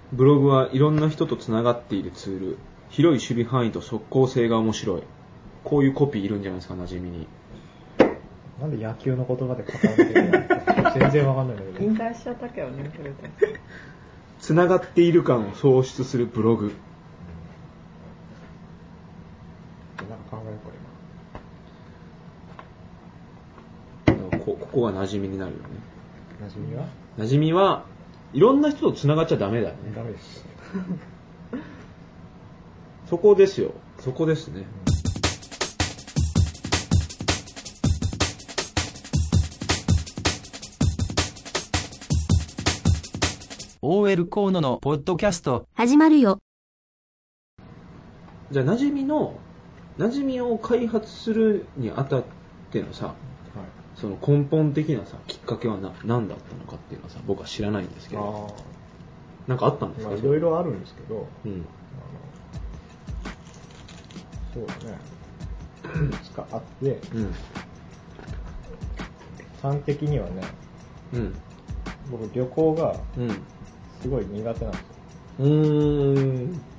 ブログはいろんな人とつながっているツール。広い守備範囲と即効性が面白い。こういうコピーいるんじゃないですか、馴染みに。 なんで野球の言葉で語られてるの全然わかんないんだけど。 引退しちゃったけどね、古田。 つながっている感を創出するブログ。 なんか考えよう、これここが馴染みになるよね。 今。馴染みは馴染みはいろんな人とつながっちゃダメだよね。 ダメです。 そこですよ。そこですね。 OL 河野のポッドキャスト始まるよ。 じゃあ馴染みを開発するにあたってのさ、はい、その根本的なさきっかけは何だったのかっていうのはさ、僕は知らないんですけど、なんかあったんですか？ いろいろあるんですけど、そうだね。いくつかあって、端的にはね、僕旅行がすごい苦手なんですよ。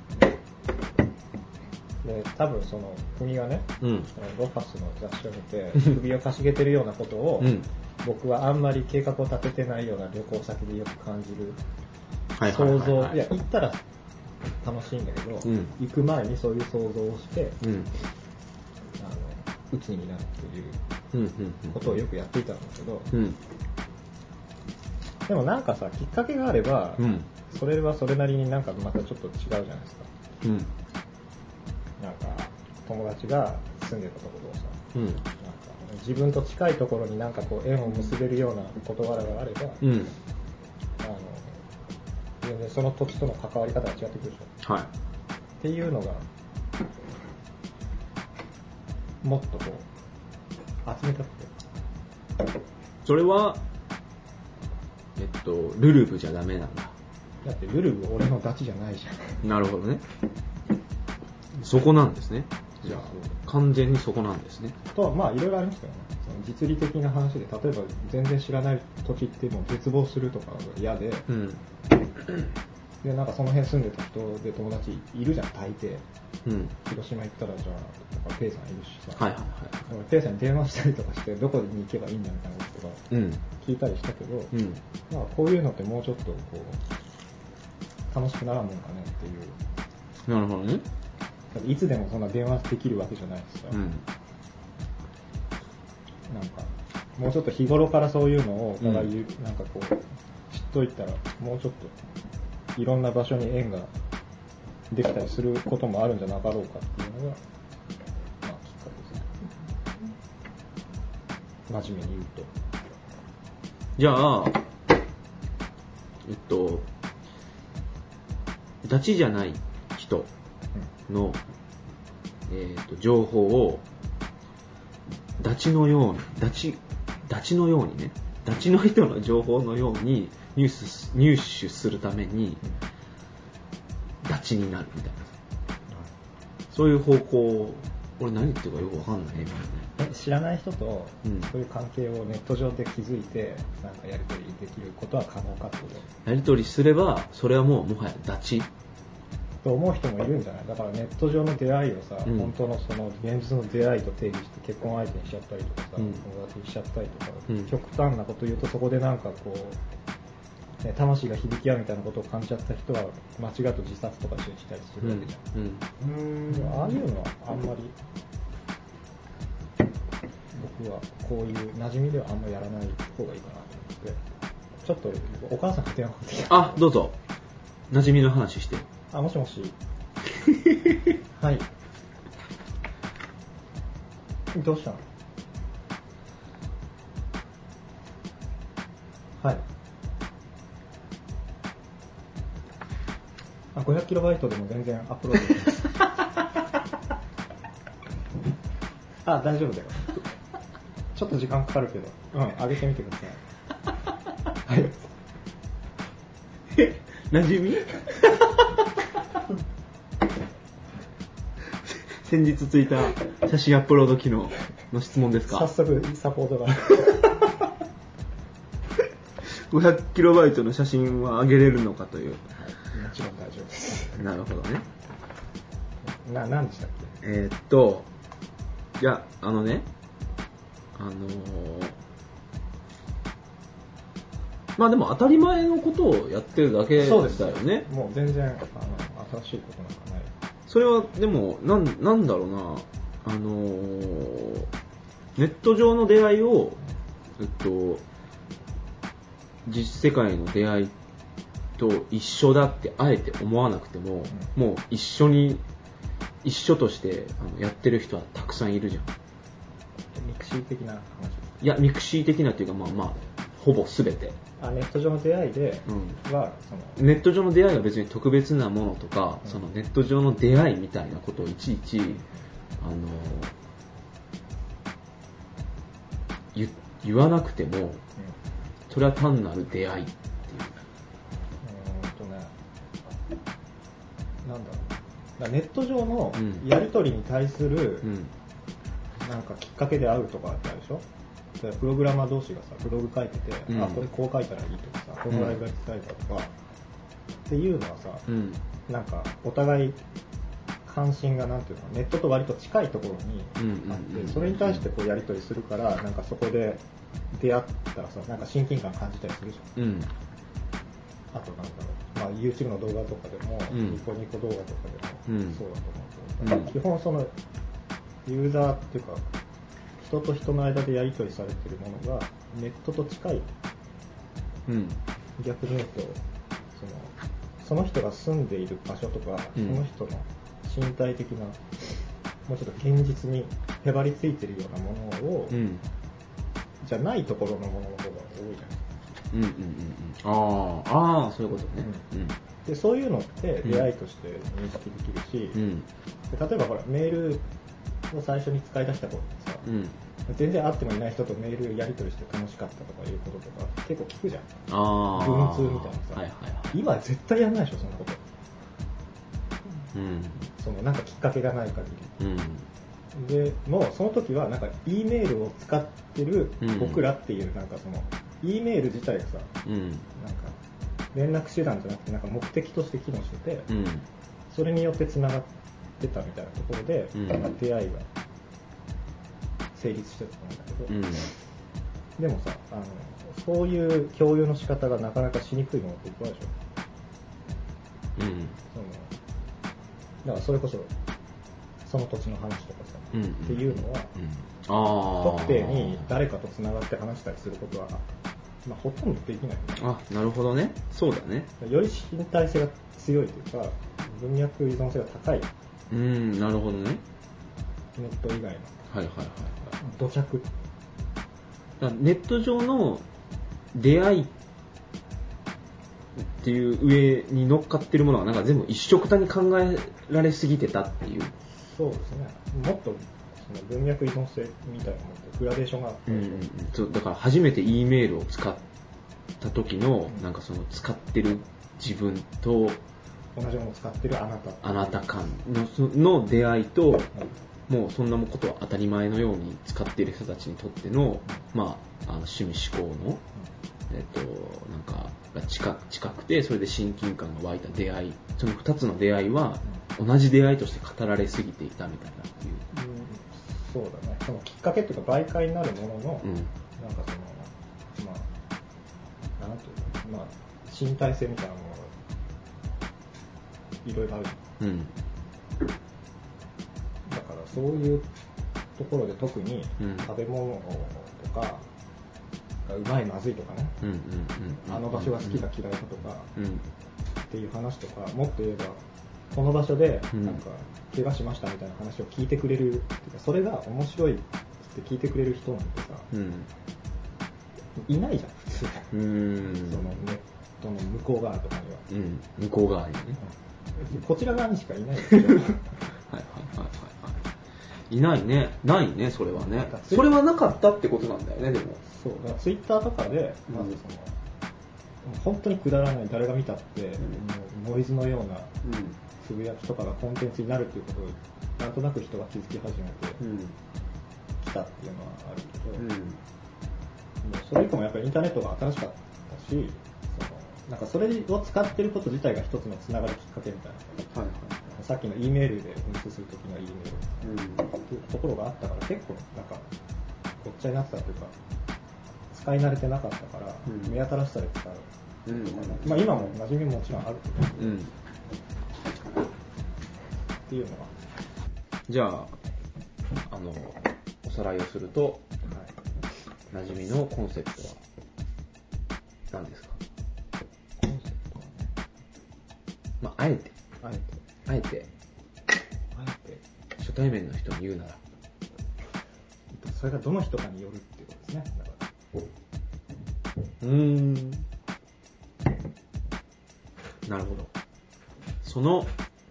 で、多分その国がね、ロハスの雑誌を見て首をかしげてるようなことを、僕はあんまり計画を立ててないような旅行先でよく感じる想像、いや行ったら楽しいんだけど、行く前にそういう想像をして、鬱になるということをよくやっていたんだけど、でもなんかさ、きっかけがあれば、それはそれなりになんかまたちょっと違うじゃないですか。なんか友達が住んでたところをさ、なんか自分と近いところになんかこう縁を結べるような事柄があれば、全然その土地との関わり方が違ってくるでしょ。っていうのがもっとこう集めたくて。 それはルルブじゃダメなんだ。 だってルルブ俺のダチじゃないじゃん。 なるほどね。そこなんですね。じゃあ完全にそこなんですね。 とはまあいろいろありますけどね。その実利的な話で、例えば全然知らない土地ってもう絶望するとかが嫌で、でなんかその辺住んでた人で友達いるじゃん大抵。広島行ったらじゃあペイさんいるしさ。ペイさんに電話したりとかしてどこに行けばいいんだみたいなこととか聞いたりしたけど、まあこういうのってもうちょっとこう楽しくならんもんかねっていう。 なるほどね。 いつでもそんな電話できるわけじゃないしさ、なんかもうちょっと日頃からそういうのをお互いなんかこう知っといたら、もうちょっといろんな場所に縁ができたりすることもあるんじゃなかろうかっていうのが、まあ、きっかけですね。真面目に言うと。 じゃあダチじゃない人の、情報をダチのようにね、ダチの人の情報のように入手するためにダチになるみたいな、そういう方向、俺何言ってるかよくわかんないね。 知らない人とそういう関係をネット上で築いてなんかやり取りできることは可能かってこと。 やり取りすればそれはもはやダチと思う人もいるんじゃない？だからネット上の出会いをさ、本当のその現実の出会いと定義して結婚相手にしちゃったりとかさ、友達にしちゃったりとか、極端なこと言うとそこでなんかこう、ね、魂が響き合うみたいなことを感じちゃった人は間違うと自殺とかしたりするわけじゃん。ああいうのはあんまり僕はこういう馴染みではあんまりやらない方がいいかなと思って、ちょっとお母さんが電話かけてきた。 あ、どうぞ。馴染みの話して。 もしもし。はい。どうしたの？はい。500KB でも全然アップロードできます。大丈夫だよ。ちょっと時間かかるけど、上げてみてください。はい。 馴染み？先日ついた写真アップロード機能の質問ですか？ 早速サポートが。 500KB の写真は上げれるのかという。 もちろんなるほどね。 何でしたっけ？ いや、まあでも当たり前のことをやってるだけだよね。 そうですもう全然新しいことなんかない。 それはでもなんだろうな、ネット上の出会いを、実世界の出会いと一緒だってあえて思わなくても、もう一緒としてやってる人はたくさんいるじゃん。 ミクシー的な話。 いや、ミクシー的なっていうか、まあほぼ全て。 ネット上の出会いでは、 ネット上の出会いが別に特別なものとか、そのネット上の出会いみたいなことをいちいち言わなくても、それは単なる出会いっていう。 なんだろう。ネット上のやり取りに対する、なんかきっかけで会うとかあったでしょ。プログラマー同士がさ、ブログ書いてて、これこう書いたらいいとかさ、このライブが伝えたとか、っていうのはさ、なんかお互い関心がなんていうの、ネットと割と近いところにあって、それに対してこうやり取りするから、なんかそこで出会ったらさ、なんか親近感感じたりするじゃん。あとなんだろう、YouTube の動画とかでも、ニコニコ動画とかでもそうだと思うけど、基本そのユーザーっていうか、人と人の間でやり取りされているものがネットと近い、逆に言うとその人が住んでいる場所とか、その人の身体的なもうちょっと現実にへばりついているようなものを、じゃないところのものの方が多いじゃないですか。 ああ、そういうことね。 でそういうのって出会いとして認識できるし、で例えばほらメールを最初に使い出した頃ってさ、全然会ってもいない人とメールやり取りして楽しかったとかいうこととか結構聞くじゃん。文通みたいなさ、今絶対やんないでしょそんなこと。そのなんかきっかけがない限り、でもうその時はなんか E メールを使ってる僕らっていうなんかその E メール自体がさ、なんか連絡手段じゃなくてなんか目的として機能してて、それによってつながってたみたいなところで、出会いが成立してたと思うんだけど、でもさそういう共有の仕方がなかなかしにくいものっていっぱいあるでしょ。だからそれこそその土地の話とかさ、っていうのは、特定に誰かとつながって話したりすることは、ほとんどできない、 なるほどね。そうだね。 より身体性が強いというか文脈依存性が高い。 なるほどね。 ネット以外の土着。 ネット上の出会いっていう上に乗っかってるものはなんか全部一緒くたに考えられすぎてたっていう。 そうですね。もっとその文脈依存性みたいなものってグラデーションがあって、 だから初めて E メールを使った時の、なんかその使ってる自分と同じものを使ってるあなた感の出会いと、もうそんなことは当たり前のように使っている人たちにとっての、趣味思考の、なんかが近くて、それで親近感が湧いた出会い、その2つの出会いは同じ出会いとして語られすぎていたみたいなっていう。 そうだね。そのきっかけっていうか媒介になるものの、なんかそのなんていうの、身体性みたいなものがいろいろある。だからそういうところで特に食べ物とか、うまいまずいとかね、あの場所が好きか嫌いかとか、っていう話とか、もっと言えばこの場所でなんか怪我しましたみたいな話を聞いてくれるっていうか、それが面白いって聞いてくれる人なんてさ、いないじゃん普通。そのネットの向こう側とかには、 向こう側にね、 こちら側にしかいないですよ。 いないね。ないね、それはね。それはなかったってことなんだよね、でも。 そう、だからツイッターとかで、まずその、本当にくだらない、誰が見たって、もうノイズのようなつぶやきとかがコンテンツになるっていうことを、なんとなく人が気づき始めてきたっていうのはあるけど、それ以降もやっぱりインターネットが新しかったし、そのなんかそれを使ってること自体が一つのつながるきっかけみたいな、はいはい、さっきの E メールで紛失するときの E メールっていうところがあったから結構なんかごっちゃになってたというか使い慣れてなかったから、目新しさで使う、まあ、今も馴染みももちろんあるけど、っていうのはじゃあおさらいをすると、はい、馴染みのコンセプトは何ですか？ コンセプトはね、 まあ、あえて初対面の人に言うなら、 それがどの人かによるっていうことですね。だからなるほど。その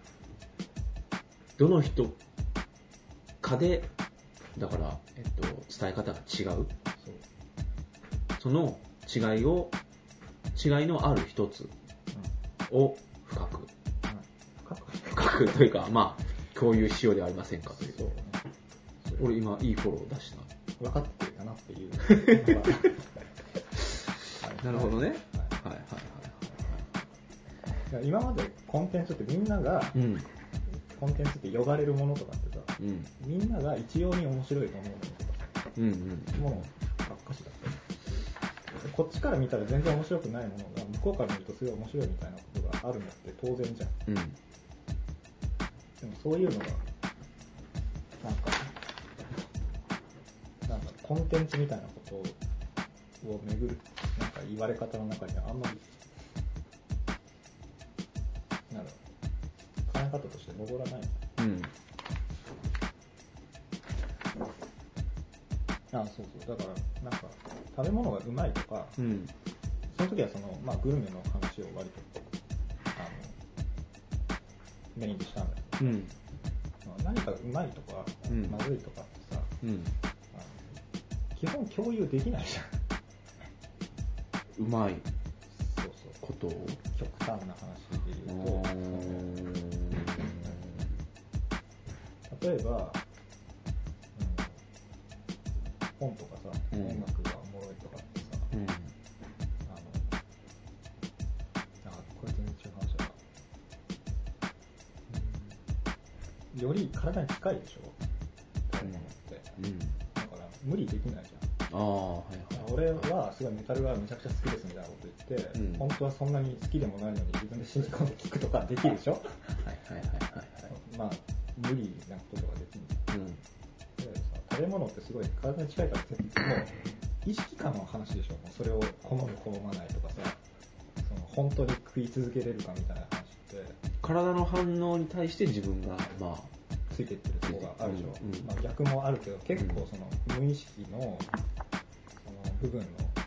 どの人かでだから、伝え方が違う。その違いのある一つを深くというか、まあ共有しようではありませんかという。そうね、俺今いいフォロー出した。 分かってるかなっていうなるほどね。 今までコンテンツってみんなが、コンテンツって呼ばれるものとかってさ、みんなが一様に面白いと思うものとかさ、ものばっかしだった。こっちから見たら全然面白くないものが向こうから見るとすごい面白いみたいなことがあるのって当然じゃん。でもそういうのがなんかコンテンツみたいなことを巡るなんか言われ方の中にはあんまり考え方として残らない。そうだからなんか食べ物がうまいとか、その時はまあ、グルメの話を割とメインでしたんだけど、何かうまいとか、まずいとかってさ、基本共有できないじゃん。うまいことを極端な話で言うと、例えば、本とかさ、音楽がおもろいとかってさ、これ全然違う話だな。より体に近いでしょ、食べ物って。だから無理できないじゃん。俺はすごいメタルがめちゃくちゃ好きですみたいなこと言って、本当はそんなに好きでもないのに自分で信じ込んで聞くとかできるでしょ。まあ無理なことができる。食べ物ってすごい体に近いからもう意識感の話でしょ。もうそれを好む好まないとかさ、本当に食い続けれるかみたいな話って体の反応に対して自分がまあついていってるところがあるでしょ。まあ、逆もあるけど結構無意識の部分の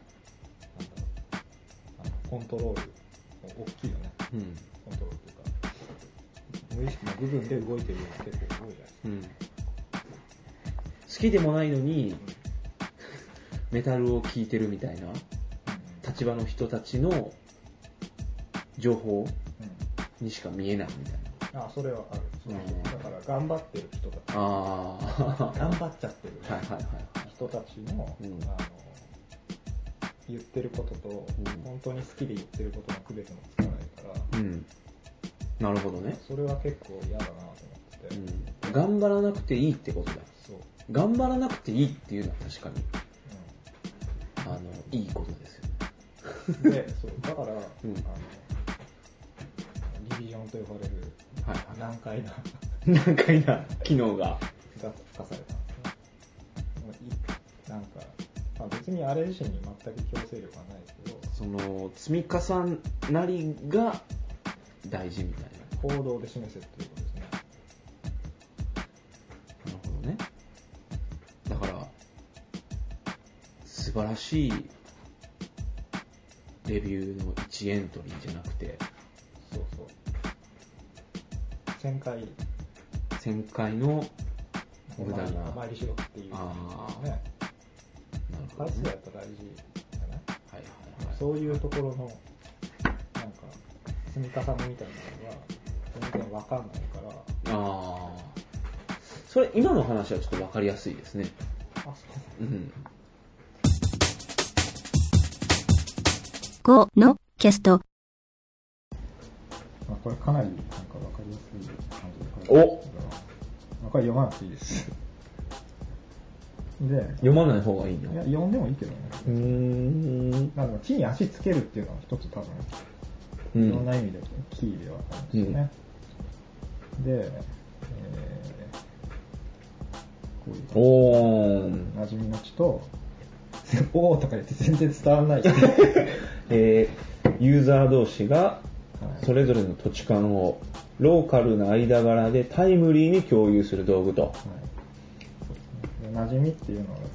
コントロール大きいよね。コントロールというか無意識の部分で動いてるのが結構多いじゃないですか。 好きでもないのにメタルを聴いてるみたいな立場の人たちの情報にしか見えないみたいな。 それはある。だから頑張ってる人たち、頑張っちゃってる人たちの、言ってることと、本当に好きで言ってることの区別もつかないから、 なるほどね。 それは結構嫌だなと思ってて、 頑張らなくていいってことだ。 そう、 頑張らなくていいっていうのは確かに、いいことですよね。 で、そうだから、リビジョンと呼ばれる難解な機能が付加されたんですね。なんか、別にあれ自身に全く強制力はないけど、 その積み重なりが大事みたいな行動で示せっていうことですね。 なるほどね。だから素晴らしいレビューの1エントリーじゃなくて、 1000回の無駄なお参りしろっていうね。回数はやっぱ大事じゃない？そういうところのなんか積み重ねみたいなのが全然わかんないから。 それ今の話はちょっとわかりやすいですね。 そう。 5のキャストこれかなりなんか分かりやすい感じで書いてあるんですけど、これ読まなくていいです。で、 読まない方がいいの？ いや、読んでもいいけどね。まあでも地に足つけるっていうのは一つ多分、いろんな意味でキーではあるんですよね。で、こういう感じ。馴染みの地と、おーとか言って全然伝わらない。 ユーザー同士がそれぞれの土地勘をローカルな間柄でタイムリーに共有する道具と。はい、 そうですね。馴染みっていうのはだ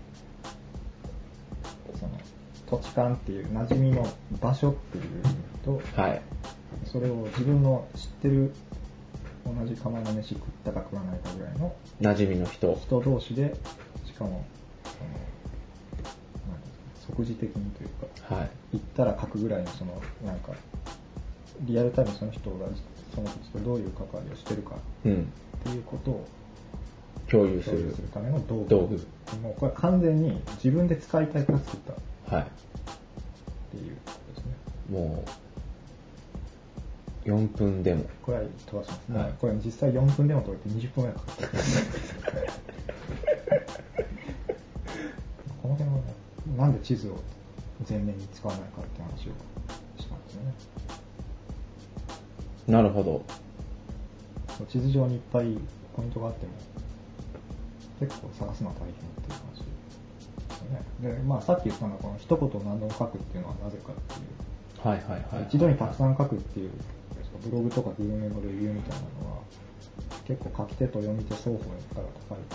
からその土地勘っていう馴染みの場所っていう意味と、はい、それを自分の知ってる同じ釜の飯食ったか食わないかぐらいの馴染みの人同士で、しかも即時的にというか、はい、行ったら書くぐらいのそのなんかリアルタイムその人がその土地とどういう関わりをしてるかっていうことを共有するための道具。もうこれは完全に自分で使いたいから作った、はい、っていうことですね。 もう4分でもこれは飛ばしますね、はい、これ実際4分でも飛べて20分ぐらいかかったこの辺はなんで地図を前面に使わないかって話をしたんですよね。 なるほど。 地図上にいっぱいポイントがあっても結構探すのは大変っていう話ですよね。で、まあさっき言ったのはこの一言何度も書くっていうのはなぜかっていう。はいはいはい。一度にたくさん書くっていうブログとか Google のレビューみたいなのは結構書き手と読み手双方に負荷が高いから、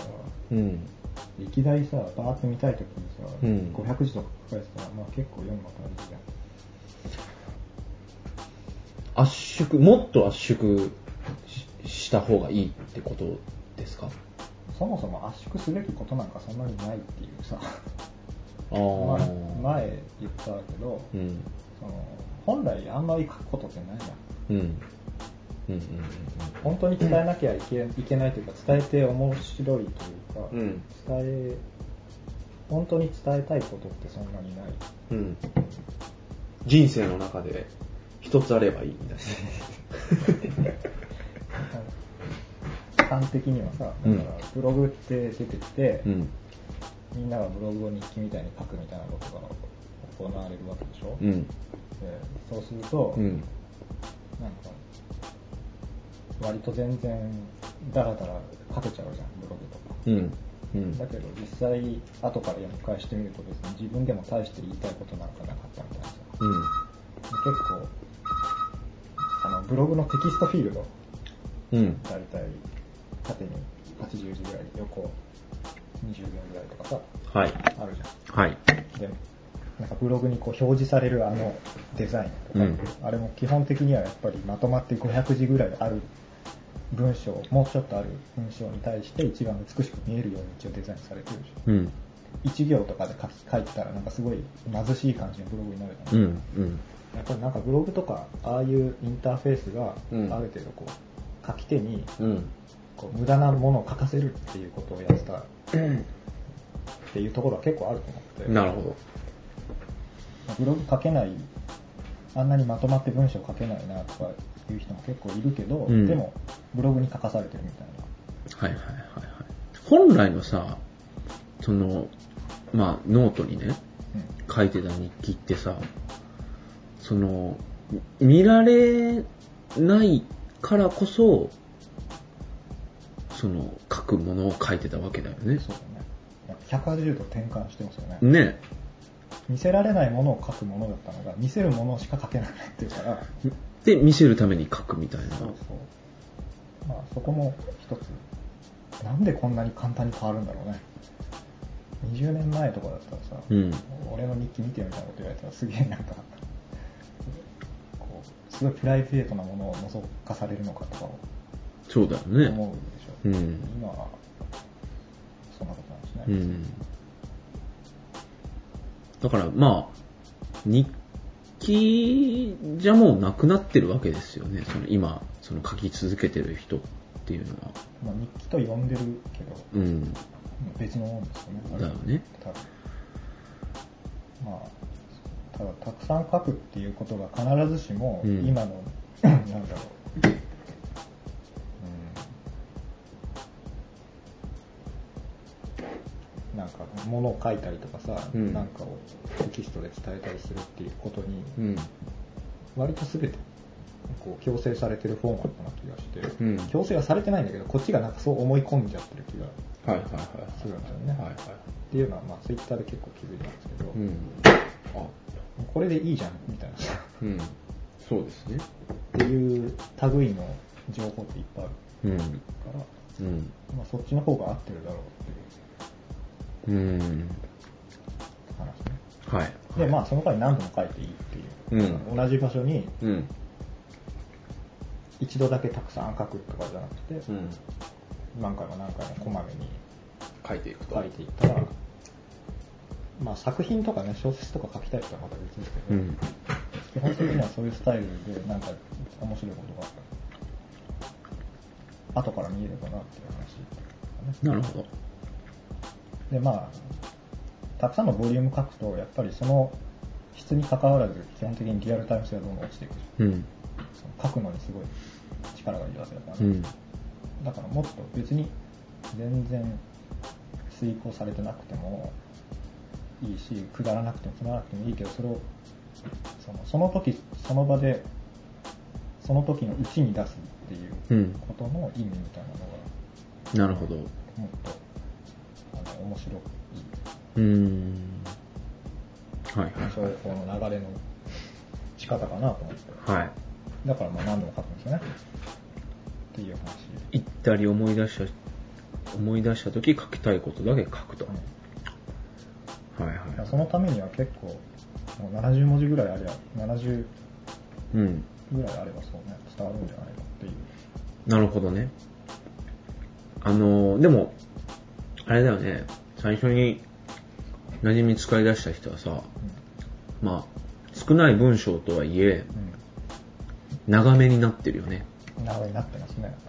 いきなりさバーって見たいときにさ、500字とか書かれてたらまあ結構読むの大変じゃん。 圧縮、もっと圧縮した方がいいってことですか？ そもそも圧縮すべきことなんかそんなにないっていうさ前言ったけど、その本来あんまり書くことってないじゃん。本当に伝えなきゃいけないというか、伝えて面白いというか、本当に伝えたいことってそんなにない。 人生の中で一つあればいいみたいな。端的にはさ、だからブログって出てきて、みんながブログを日記みたいに書くみたいなことが行われるわけでしょ。でそうすると、なんか割と全然ダラダラ書けちゃうじゃん、ブログとか。だけど実際後から読み返してみると別に自分でも大して言いたいことなんかなかったみたいなさ。結構ブログのテキストフィールド、だいたい縦に80字ぐらい、横20行ぐらいとかさ、あるじゃん。でなんかブログにこう表示されるデザインとか、あれも基本的にはやっぱりまとまって500字ぐらいある文章、もうちょっとある文章に対して一番美しく見えるように一応デザインされてるでしょ。1行とかで書いてたらなんかすごい貧しい感じのブログになるじゃん。やっぱりなんかブログとかああいうインターフェースがある程度こう書き手にこう無駄なものを書かせるっていうことをやってたっていうところは結構あると思って。 なるほど。 ブログ書けない、あんなにまとまって文章書けないなとかいう人も結構いるけど、でもブログに書かされてるみたいな。 本来のさ、そのまあノートにね、書いてた日記ってさ、その見られないからこそその書くものを書いてたわけだよね。 そうだね。180度転換してますよね。 ね。 見せられないものを書くものだったのが見せるものしか書けないっていうから。 で見せるために書くみたいな。 そう。まあそこも一つ。なんでこんなに簡単に変わるんだろうね。20年前とかだったらさ、俺の日記見てみたいなこと言われたらすげえなんか。すごいプライベートなものを覗かされるのかとかをそうだよね思うでしょ。今はそんなことなんですね。 だからまあ日記じゃもうなくなってるわけですよね。その今その書き続けてる人っていうのは。 まあ日記と呼んでるけど、別のもんですよね。 だよね。 多分まあただたくさん書くっていうことが必ずしも今のなんだろう、なんか物を書いたりとかさ、なんかをテキストで伝えたりするっていうことに、割と全てこう強制されてるフォーマットな気がして、強制はされてないんだけど、こっちがなんかそう思い込んじゃってる気がするんだよね。っていうのは、まあツイッターで結構気づいたんですけど、これでいいじゃんみたいなさ、 そうですね。 っていう類の情報っていっぱいあるから、まあ、そっちの方が合ってるだろうっていう話ね。 はい。 で、まあその代わり何度も書いていいっていう、同じ場所に一度だけたくさん書くとかじゃなくて、何回も何回もこまめに書いていくと。 書いていったら、まあ作品とかね、小説とか書きたい人はまた別ですけど、基本的にはそういうスタイルでなんか面白いことが後から見えればなっていう話、 なるほど。 で、まあたくさんのボリューム書くとやっぱりその質に関わらず基本的にリアルタイム性がどんどん落ちていくし、その書くのにすごい力がいるわけだから、だからもっと別に全然遂行されてなくてもいいし、くだらなくてもつまらなくてもいいけど、それをその時その場でその時のうちに出すっていうことの意味みたいなのが、 なるほど。 もっと面白い情報の流れの仕方かなと思って、 はい。 だからまあ何度も書くんですよねっていう話。 行ったり思い出した時書きたいことだけ書くと。はいはい。 そのためには結構もう70文字ぐらいありゃ、70ぐらいあればそうね、伝わるんじゃないかっていう。 なるほどね。でもあれだよね、最初に馴染み使い出した人はさ、まあ少ない文章とはいえ、長めになってるよね。 長めになってますね。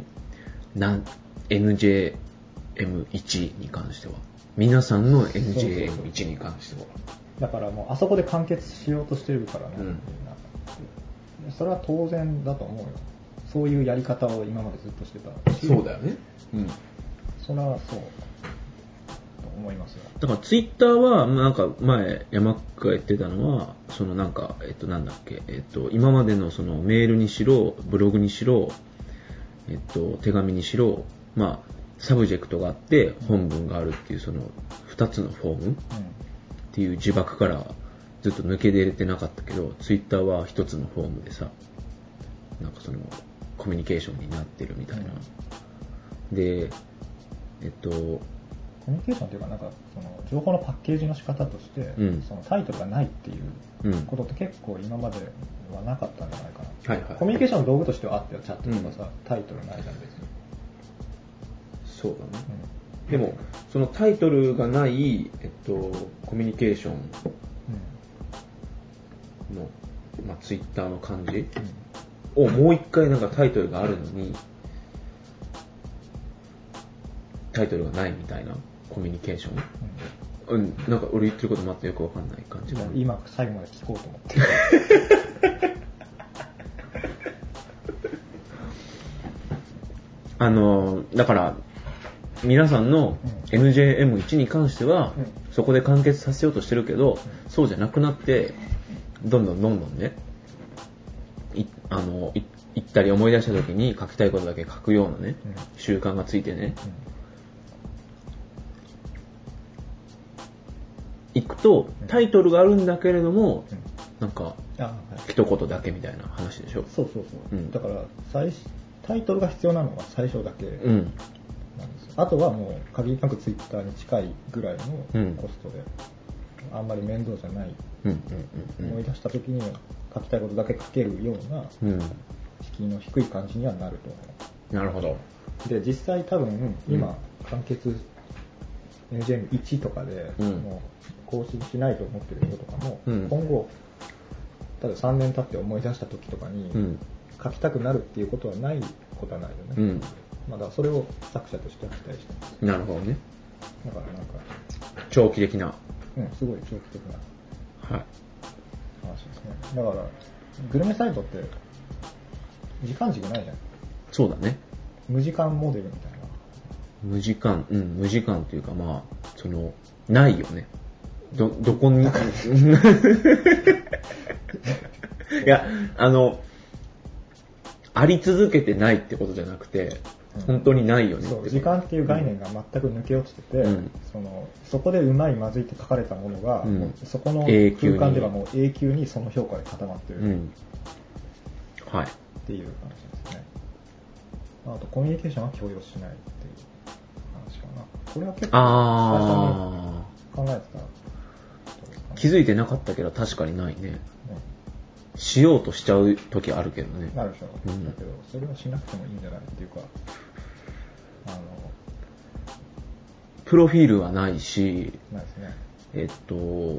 NJM1 に関しては、皆さんの NJM1 に関しては、 だからもうあそこで完結しようとしてるからね、みんな。それは当然だと思うよ。そういうやり方を今までずっとしてたし。 そうだよね。 それはそうと思いますよ。 だからツイッターはなんか前山が言ってたのは、そのなんかなんだっけ、今までのそのメールにしろブログにしろ手紙にしろ、まあサブジェクトがあって本文があるっていうその2つのフォームっていう呪縛からずっと抜け出れてなかったけど、ツイッターは1つのフォームでさ、なんかそのコミュニケーションになってるみたいな。でコミュニケーションというか、なんかその情報のパッケージの仕方として、そのタイトルがないっていうことって結構今まではなかったんじゃないかな。コミュニケーションの道具としてはあってよ、チャットとかさ、タイトルないじゃん別に。 そうだね。でもそのタイトルがない、コミュニケーションの、まあ、ツイッターの感じをもう一回なんかタイトルがあるのにタイトルがないみたいなコミュニケーション、なんか俺言ってることまたよくわかんない感じ。 今最後まで聞こうと思ってだから皆さんの NJM1 に関しては、そこで完結させようとしてるけど、そうじゃなくなってどんどんね、行ったり思い出した時に書きたいことだけ書くようなね、習慣がついてね、行くとタイトルがあるんだけれども、なんか一言だけみたいな話でしょ。 そう、だからタイトルが必要なのは最初だけなんです。あとはもう限りなくツイッターに近いぐらいのコストで、あんまり面倒じゃない、思い出した時に書きたいことだけ書けるような敷居の低い感じにはなると思う。 なるほど。で実際多分今完結 NJM1 とかでもう更新しないと思ってる人とかも、今後例えば3年経って思い出した時とかに書きたくなるっていうことはないことはないよね。まだそれを作者としては期待してます。 なるほどね。 だからなんか長期的な、 すごい長期的な話ですね。だからグルメサイトって時間軸ないじゃん。 そうだね。 無時間モデルみたいな。 無時間っていうかまあ、ないよね。どこに、いや、あり続けてないってことじゃなくて、本当にないよね。 そう、時間っていう概念が全く抜け落ちてて、そこでうまいまずいって書かれたものが、そこの空間ではもう永久にその評価で固まってる。 はい。 っていう話ですね。あとコミュニケーションは強要しないっていう話かな。これは結構最初に考えてた。 気づいてなかったけど確かにないね。しようとしちゃう時あるけどね。 なるでしょ。だけどそれはしなくてもいいんじゃないっていうか、 プロフィールはないし、 ないですね。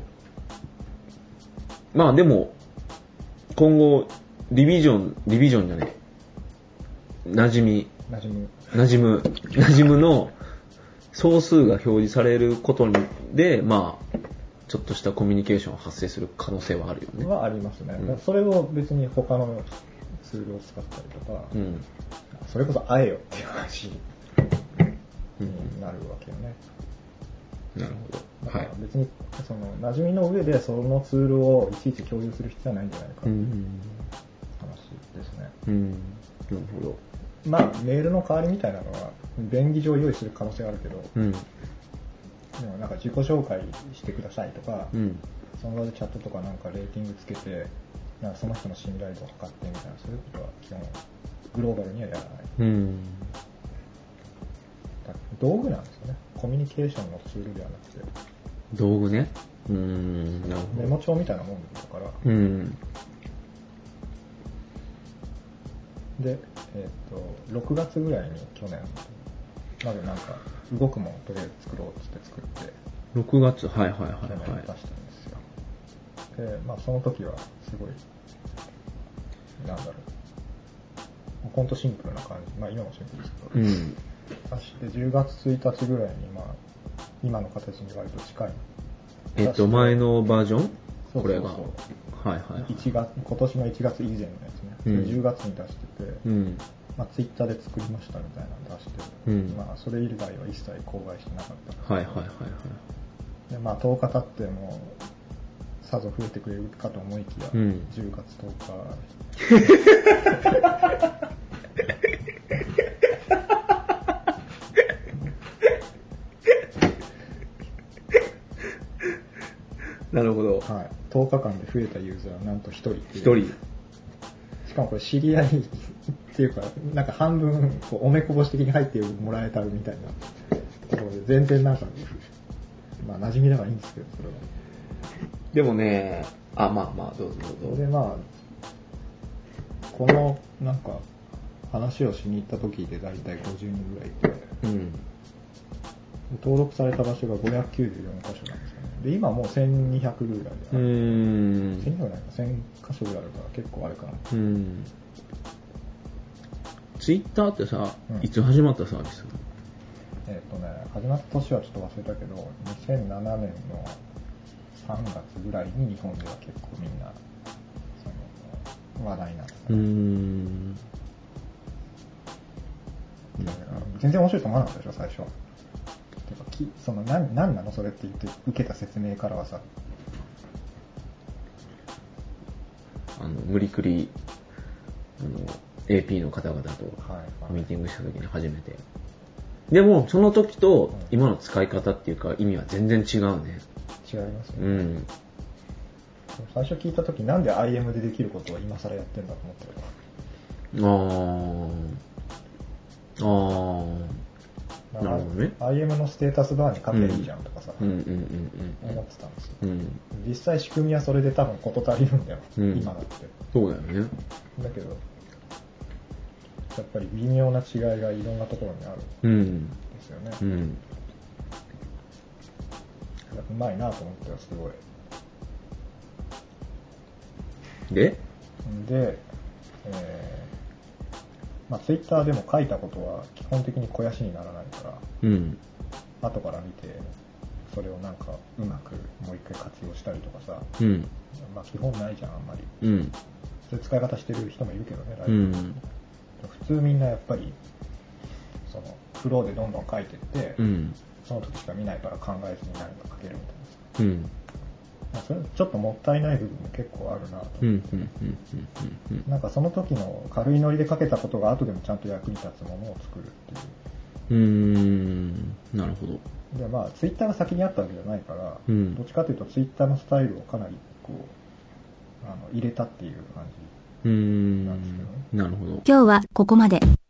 まあでも今後リビジョンじゃねえ。馴染むの総数が表示されることで、まあちょっとしたコミュニケーションが発生する可能性はあるよね。 はありますね。それを別に他のツールを使ったりとか、それこそ会えよっていう話になるわけよね。 なるほど。はい。 別にその馴染みの上でそのツールをいちいち共有する必要はないんじゃないかっていう話ですね。 なるほど。 まあメールの代わりみたいなのは便宜上用意する可能性があるけど、でもなんか自己紹介してくださいとか、その場でチャットとかなんかレーティングつけて、なんかその人の信頼度を測ってみたいな、そういうことは基本グローバルにはやらない。道具なんですよね。コミュニケーションのツールではなくて。 道具ね。なるほど。 メモ帳みたいなもんだから。で、6月ぐらいに去年、まずなんか動くものとりあえず作ろうって作って。 6月、はい。 去年出したんですよ。で、まあその時はすごい、なんだろう。ほんとシンプルな感じ。まあ今もシンプルですけど。出して10月1日ぐらいに、まあ今の形に割と近い。 前のバージョン？ そうこれが。今年の1月以前のやつね。10月に出してて、まあツイッターで作りましたみたいなの出して、まあそれ以外は一切公開してなかった。で、まあ10日経っても、さぞ増えてくれるかと思いきや、10月10日。 なるほど。 はい。10日間で増えたユーザーはなんと1人。 1人。 しかもこれ知り合いっていうか、なんか半分こうおめこぼし的に入ってもらえたみたいなところで、全然なんか、まあ馴染みだからいいんですけど、それは。 でもね、まあどうぞ。 で、まあ、このなんか話をしに行った時でだいたい50人ぐらいいて、登録された場所が594箇所なんですよね。で、今もう1200ぐらいである。1200ぐらいか、1000箇所ぐらいあるから結構あるかな。 ツイッターってさ、いつ始まったサービス？ 始まった年はちょっと忘れたけど、2007年の3月ぐらいに日本では結構みんな、話題になった。全然面白いと思わなかったでしょ、最初。何なのそれって言って受けた説明からはさ、 無理くりAP の方々とミーティングした時に初めて、でもその時と今の使い方っていうか意味は全然違うね。 違いますね。最初聞いた時なんで IM でできることを今更やってんだと思ったよ。なるほどね。IM のステータスバーに書けばいいじゃんとかさ、思ってたんですよ。実際仕組みはそれで多分事足りるんだよ、今だって。 そうだよね。 だけど、やっぱり微妙な違いがいろんなところにあるんですよね。うまいなと思ったよ、すごい。 で、 まあ、ツイッターでも書いたことは基本的に肥やしにならないから、後から見てそれをなんかうまくもう一回活用したりとかさ、まあ基本ないじゃんあんまり。 そういう使い方してる人もいるけどね、ライブ、普通みんなやっぱりそのフローでどんどん書いてって、その時しか見ないから考えずに何か書けるみたいな、それちょっともったいない部分も結構あるなと思って、なんかその時の軽いノリで書けたことが後でもちゃんと役に立つものを作るっていう。 なるほど。 でまあツイッターが先にあったわけじゃないから、どっちかというとツイッターのスタイルをかなりこう入れたっていう感じなんですけどね。 なるほど。 今日はここまで。